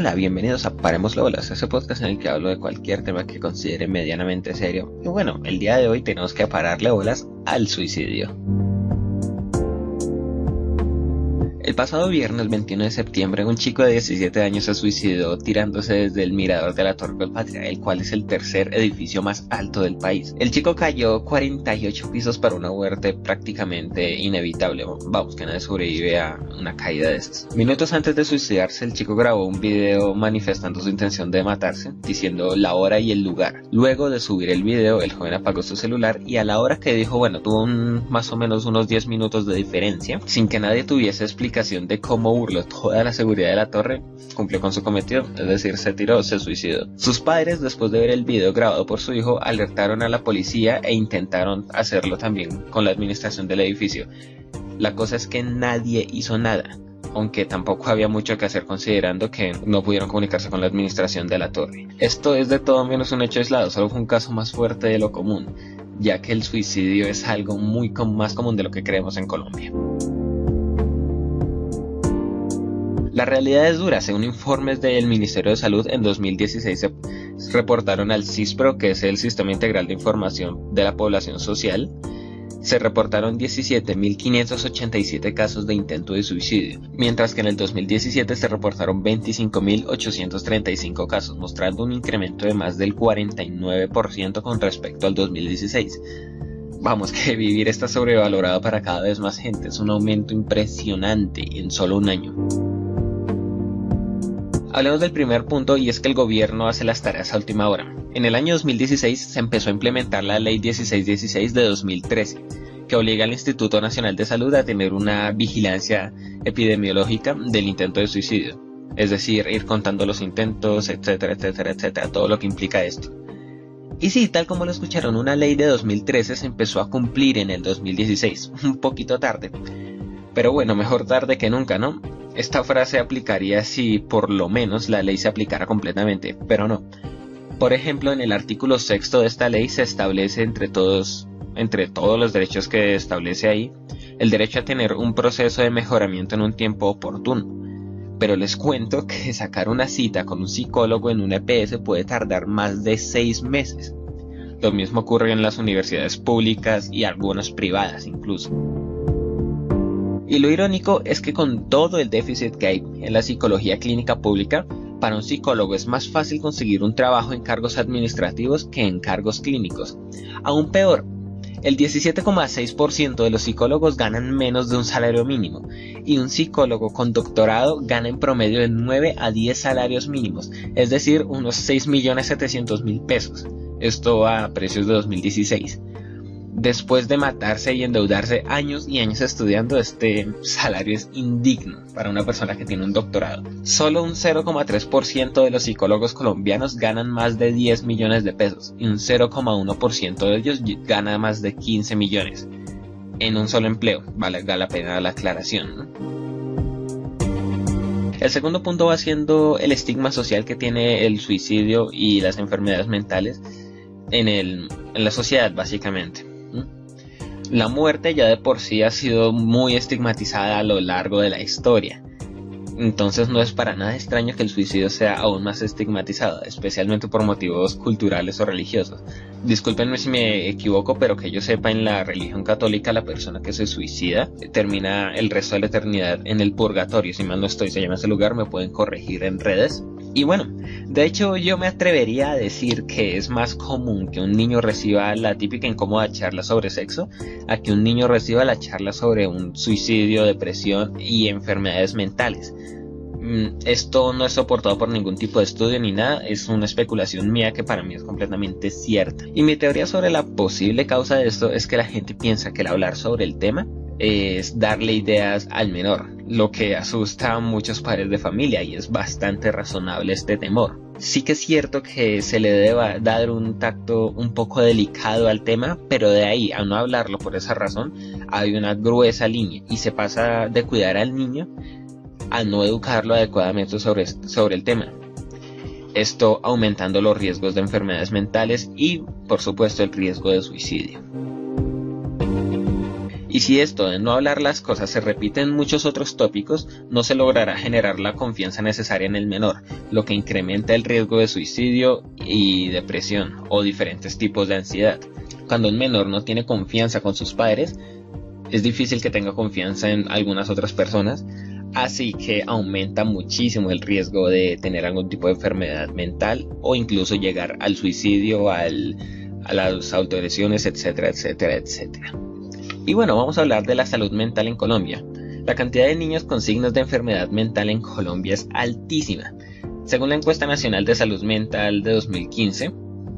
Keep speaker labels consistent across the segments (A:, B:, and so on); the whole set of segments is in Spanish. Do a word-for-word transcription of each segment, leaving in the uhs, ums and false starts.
A: Hola, bienvenidos a Parémosle Bolas, ese podcast en el que hablo de cualquier tema que considere medianamente serio. Y bueno, el día de hoy tenemos que pararle bolas al suicidio. El pasado viernes veintiuno de septiembre, un chico de diecisiete años se suicidó tirándose desde el mirador de la Torre Colpatria, el cual es el tercer edificio más alto del país. El chico cayó cuarenta y ocho pisos para una muerte prácticamente inevitable. Vamos, que nadie sobrevive a una caída de esas. Minutos antes de suicidarse, el chico grabó un video manifestando su intención de matarse, diciendo la hora y el lugar. Luego de subir el video, el joven apagó su celular y a la hora que dijo, bueno, tuvo un, más o menos unos diez minutos de diferencia, sin que nadie tuviese explicación de cómo burló toda la seguridad de la torre, cumplió con su cometido, es decir, se tiró, se suicidó. Sus padres, después de ver el video grabado por su hijo, alertaron a la policía e intentaron hacerlo también con la administración del edificio. La cosa es que nadie hizo nada, aunque tampoco había mucho que hacer considerando que no pudieron comunicarse con la administración de la torre. Esto es de todo menos un hecho aislado, solo fue un caso más fuerte de lo común, ya que el suicidio es algo muy com- más común de lo que creemos en Colombia. La realidad es dura. Según informes del Ministerio de Salud, en dos mil dieciséis se reportaron al CISPRO, que es el Sistema Integral de Información de la Población Social, se reportaron diecisiete mil quinientos ochenta y siete casos de intento de suicidio, mientras que en el dos mil diecisiete se reportaron veinticinco mil ochocientos treinta y cinco casos, mostrando un incremento de más del cuarenta y nueve por ciento con respecto al dos mil dieciséis. Vamos, que vivir está sobrevalorado para cada vez más gente, es un aumento impresionante en solo un año. Hablemos del primer punto, y es que el gobierno hace las tareas a última hora. En el año dos mil dieciséis se empezó a implementar la ley dieciséis dieciséis de dos mil trece, que obliga al Instituto Nacional de Salud a tener una vigilancia epidemiológica del intento de suicidio. Es decir, ir contando los intentos, etcétera, etcétera, etcétera, todo lo que implica esto. Y sí, tal como lo escucharon, una ley de dos mil trece se empezó a cumplir en el dos mil dieciséis, un poquito tarde. Pero bueno, mejor tarde que nunca, ¿no? Esta frase aplicaría si por lo menos la ley se aplicara completamente, pero no. Por ejemplo, en el artículo sexto de esta ley se establece entre todos, entre todos los derechos que establece ahí, el derecho a tener un proceso de mejoramiento en un tiempo oportuno. Pero les cuento que sacar una cita con un psicólogo en una E P S puede tardar más de seis meses. Lo mismo ocurre en las universidades públicas y algunas privadas incluso. Y lo irónico es que con todo el déficit que hay en la psicología clínica pública, para un psicólogo es más fácil conseguir un trabajo en cargos administrativos que en cargos clínicos. Aún peor, el diecisiete coma seis por ciento de los psicólogos ganan menos de un salario mínimo, y un psicólogo con doctorado gana en promedio de nueve a diez salarios mínimos, es decir, unos seis millones setecientos mil pesos. Esto a precios de dos mil dieciséis. Después de matarse y endeudarse años y años estudiando, este salario es indigno para una persona que tiene un doctorado. Solo un cero coma tres por ciento de los psicólogos colombianos ganan más de diez millones de pesos y un cero coma uno por ciento de ellos gana más de quince millones en un solo empleo. Valga la pena la aclaración, ¿no? El segundo punto va siendo el estigma social que tiene el suicidio y las enfermedades mentales en, el, en la sociedad, básicamente. La muerte ya de por sí ha sido muy estigmatizada a lo largo de la historia. Entonces no es para nada extraño que el suicidio sea aún más estigmatizado, especialmente por motivos culturales o religiosos. Discúlpenme si me equivoco, pero que yo sepa, en la religión católica la persona que se suicida termina el resto de la eternidad en el purgatorio. Si mal no estoy, se llama ese lugar, me pueden corregir en redes. Y bueno, de hecho yo me atrevería a decir que es más común que un niño reciba la típica incómoda charla sobre sexo a que un niño reciba la charla sobre un suicidio, depresión y enfermedades mentales. Esto no es soportado por ningún tipo de estudio ni nada, es una especulación mía que para mí es completamente cierta. Y mi teoría sobre la posible causa de esto es que la gente piensa que el hablar sobre el tema es darle ideas al menor, lo que asusta a muchos padres de familia, y es bastante razonable este temor. Sí que es cierto que se le debe dar un tacto un poco delicado al tema, pero de ahí a no hablarlo por esa razón hay una gruesa línea, y se pasa de cuidar al niño a no educarlo adecuadamente sobre, sobre el tema. Esto aumentando los riesgos de enfermedades mentales y, por supuesto, el riesgo de suicidio. Y si esto de no hablar las cosas se repite en muchos otros tópicos, no se logrará generar la confianza necesaria en el menor, lo que incrementa el riesgo de suicidio y depresión o diferentes tipos de ansiedad. Cuando un menor no tiene confianza con sus padres, es difícil que tenga confianza en algunas otras personas, así que aumenta muchísimo el riesgo de tener algún tipo de enfermedad mental o incluso llegar al suicidio, al, a las autolesiones, etcétera, etcétera, etcétera. Y bueno, vamos a hablar de la salud mental en Colombia. La cantidad de niños con signos de enfermedad mental en Colombia es altísima. Según la encuesta nacional de salud mental de dos mil quince,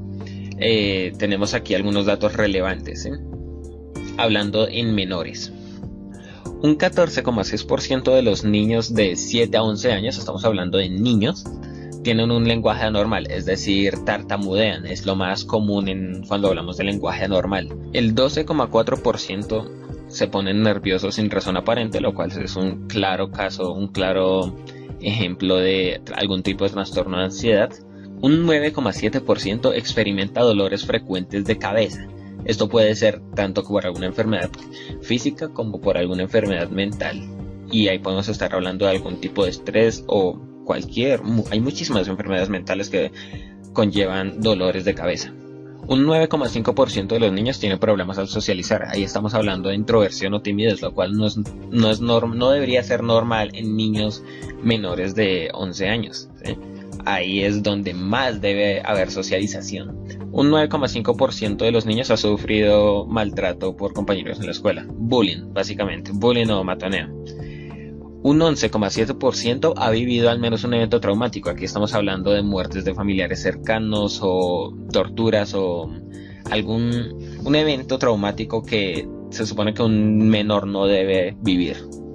A: eh, tenemos aquí algunos datos relevantes, ¿eh? Hablando en menores. Un catorce coma seis por ciento de los niños de siete a once años, estamos hablando de niños, tienen un lenguaje anormal, es decir, tartamudean, es lo más común en, cuando hablamos de lenguaje anormal. El doce coma cuatro por ciento se ponen nerviosos sin razón aparente, lo cual es un claro caso, un claro ejemplo de algún tipo de trastorno de ansiedad. Un nueve coma siete por ciento experimenta dolores frecuentes de cabeza. Esto puede ser tanto por alguna enfermedad física como por alguna enfermedad mental. Y ahí podemos estar hablando de algún tipo de estrés o cualquier, hay muchísimas enfermedades mentales que conllevan dolores de cabeza. Un nueve coma cinco por ciento de los niños tiene problemas al socializar. Ahí estamos hablando de introversión o timidez, lo cual no es, no es norm, no debería ser normal en niños menores de once años, ¿sí? Ahí es donde más debe haber socialización. Un nueve coma cinco por ciento de los niños ha sufrido maltrato por compañeros en la escuela, bullying, básicamente, bullying o matoneo. Un once coma siete por ciento ha vivido al menos un evento traumático. Aquí estamos hablando de muertes de familiares cercanos o torturas o algún un evento traumático que se supone que un menor no debe vivir.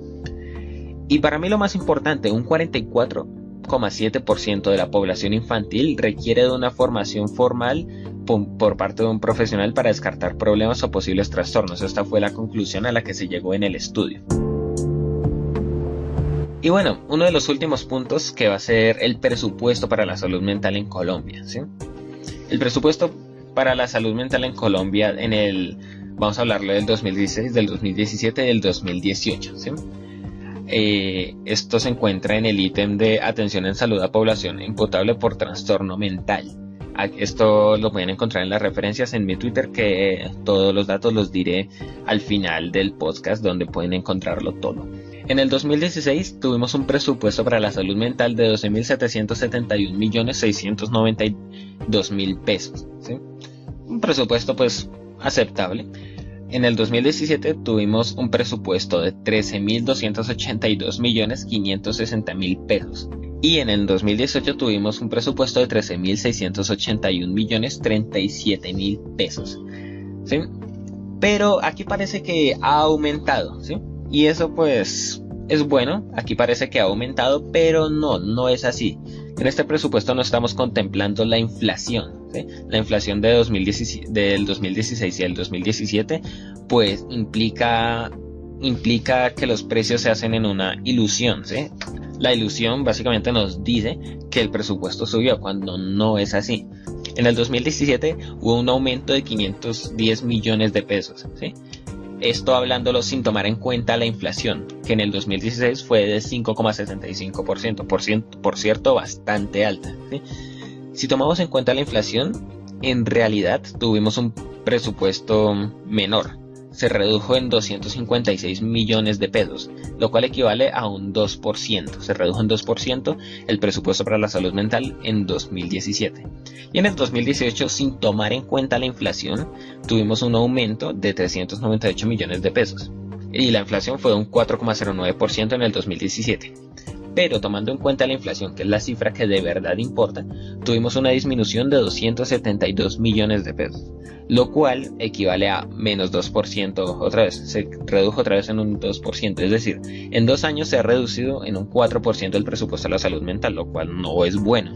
A: Y para mí lo más importante, un cuarenta y cuatro coma siete por ciento de la población infantil requiere de una formación formal por parte de un profesional para descartar problemas o posibles trastornos. Esta fue la conclusión a la que se llegó en el estudio. Y bueno, uno de los últimos puntos que va a ser el presupuesto para la salud mental en Colombia, ¿sí? El presupuesto para la salud mental en Colombia en el, vamos a hablarlo del dos mil dieciséis, del dos mil diecisiete y del dos mil dieciocho, ¿sí? Eh, esto se encuentra en el ítem de atención en salud a población imputable por trastorno mental. Esto lo pueden encontrar en las referencias en mi Twitter, que todos los datos los diré al final del podcast, donde pueden encontrarlo todo. En el dos mil dieciséis tuvimos un presupuesto para la salud mental de doce mil setecientos setenta y un millones seiscientos noventa y dos mil pesos, ¿sí? Un presupuesto pues aceptable. En el dos mil diecisiete tuvimos un presupuesto de trece mil doscientos ochenta y dos millones quinientos sesenta mil pesos. Y en el dos mil dieciocho tuvimos un presupuesto de trece mil seiscientos ochenta y un millones treinta y siete mil pesos, ¿sí? Pero aquí parece que ha aumentado, ¿sí? Y eso pues es bueno, aquí parece que ha aumentado, pero no, no es así. En este presupuesto no estamos contemplando la inflación, ¿sí? La inflación de dos mil dieciséis, del dos mil dieciséis y el dos mil diecisiete pues implica, implica que los precios se hacen en una ilusión, ¿sí? La ilusión básicamente nos dice que el presupuesto subió cuando no es así. En el dos mil diecisiete hubo un aumento de quinientos diez millones de pesos, ¿sí? Esto hablándolo sin tomar en cuenta la inflación, que en el dos mil dieciséis fue de cinco coma setenta y cinco por ciento, por, por cierto bastante alta, ¿sí? Si tomamos en cuenta la inflación, en realidad tuvimos un presupuesto menor. Se redujo en doscientos cincuenta y seis millones de pesos, lo cual equivale a un dos por ciento. Se redujo en dos por ciento el presupuesto para la salud mental en dos mil diecisiete. Y en el dos mil dieciocho, sin tomar en cuenta la inflación, tuvimos un aumento de trescientos noventa y ocho millones de pesos. Y la inflación fue de un cuatro coma cero nueve por ciento en el dos mil diecisiete. Pero tomando en cuenta la inflación, que es la cifra que de verdad importa, tuvimos una disminución de doscientos setenta y dos millones de pesos, lo cual equivale a menos dos por ciento otra vez, se redujo otra vez en un dos por ciento, es decir, en dos años se ha reducido en un cuatro por ciento el presupuesto a la salud mental, lo cual no es bueno.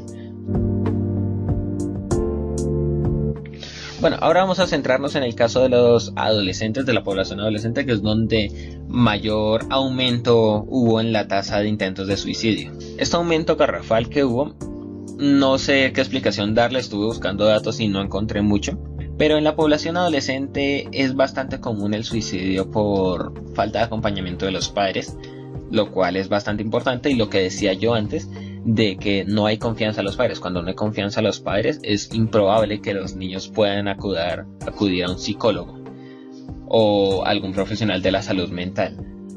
A: Bueno, ahora vamos a centrarnos en el caso de los adolescentes, de la población adolescente, que es donde mayor aumento hubo en la tasa de intentos de suicidio. Este aumento garrafal que hubo, no sé qué explicación darle, estuve buscando datos y no encontré mucho, Pero en la población adolescente es bastante común el suicidio por falta de acompañamiento de los padres, lo cual es bastante importante, y lo que decía yo antes, de que no hay confianza a los padres. Cuando no hay confianza a los padres, es improbable que los niños puedan acudir, acudir a un psicólogo o algún profesional de la salud mental,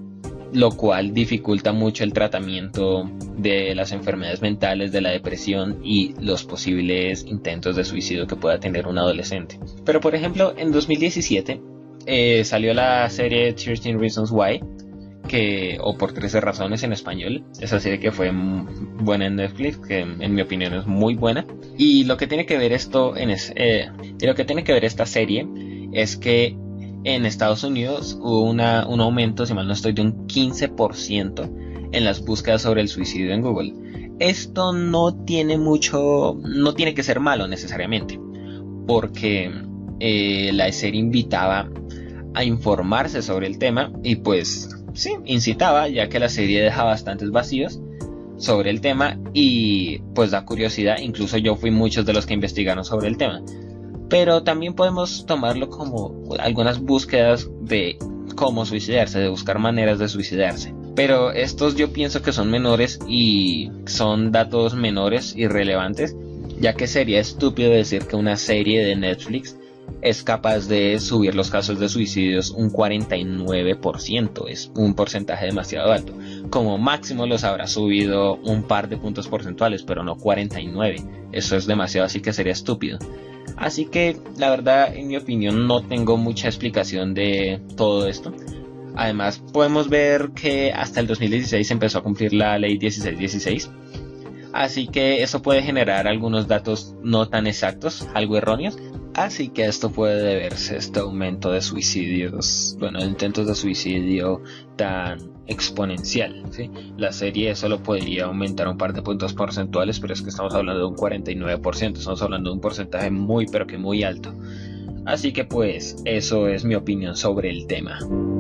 A: lo cual dificulta mucho el tratamiento de las enfermedades mentales, de la depresión y los posibles intentos de suicidio que pueda tener un adolescente. Pero por ejemplo, en dos mil diecisiete eh, salió la serie trece Reasons Why, que, o por trece razones en español, esa serie que fue buena en Netflix, que en mi opinión es muy buena. Y lo que tiene que ver esto en es, eh, y lo que tiene que ver esta serie es que en Estados Unidos hubo una, un aumento, si mal no estoy, de un quince por ciento en las búsquedas sobre el suicidio en Google. Esto no tiene mucho, no tiene que ser malo necesariamente, porque eh, la serie invitaba a informarse sobre el tema y pues sí, incitaba, ya que la serie deja bastantes vacíos sobre el tema y pues da curiosidad. Incluso yo fui muchos de los que investigaron sobre el tema. Pero también podemos tomarlo como algunas búsquedas de cómo suicidarse, de buscar maneras de suicidarse. Pero estos yo pienso que son menores y son datos menores y relevantes, ya que sería estúpido decir que una serie de Netflix es capaz de subir los casos de suicidios un cuarenta y nueve por ciento. Es un porcentaje demasiado alto. Como máximo los habrá subido un par de puntos porcentuales, pero no cuarenta y nueve. Eso es demasiado, así que sería estúpido. Así que la verdad, en mi opinión, no tengo mucha explicación de todo esto. Además, podemos ver que hasta el dos mil dieciséis se empezó a cumplir la ley dieciséis dieciséis. Así que eso puede generar algunos datos no tan exactos, algo erróneos. Así que esto puede deberse a este aumento de suicidios, bueno, de intentos de suicidio tan exponencial, ¿sí? La serie solo podría aumentar un par de puntos porcentuales, pero es que estamos hablando de un cuarenta y nueve por ciento, estamos hablando de un porcentaje muy pero que muy alto. Así que pues eso es mi opinión sobre el tema.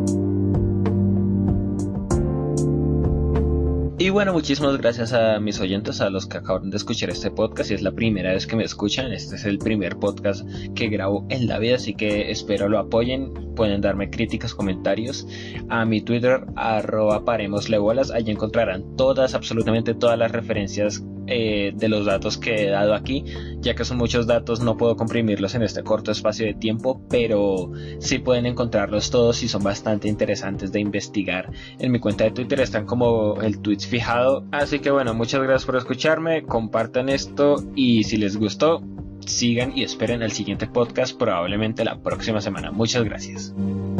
A: Y bueno, muchísimas gracias a mis oyentes, a los que acaban de escuchar este podcast. Si es la primera vez que me escuchan, este es el primer podcast que grabo en la vida, así que espero lo apoyen. Pueden darme críticas, comentarios a mi Twitter, arroba parémoslebolas. Allí encontrarán todas, absolutamente todas las referencias eh, de los datos que he dado aquí. Ya que son muchos datos, no puedo comprimirlos en este corto espacio de tiempo, pero sí pueden encontrarlos todos y son bastante interesantes de investigar. En mi cuenta de Twitter están como el tweet fijado. Así que bueno, muchas gracias por escucharme, compartan esto y si les gustó, sigan y esperen el siguiente podcast, probablemente la próxima semana. Muchas gracias.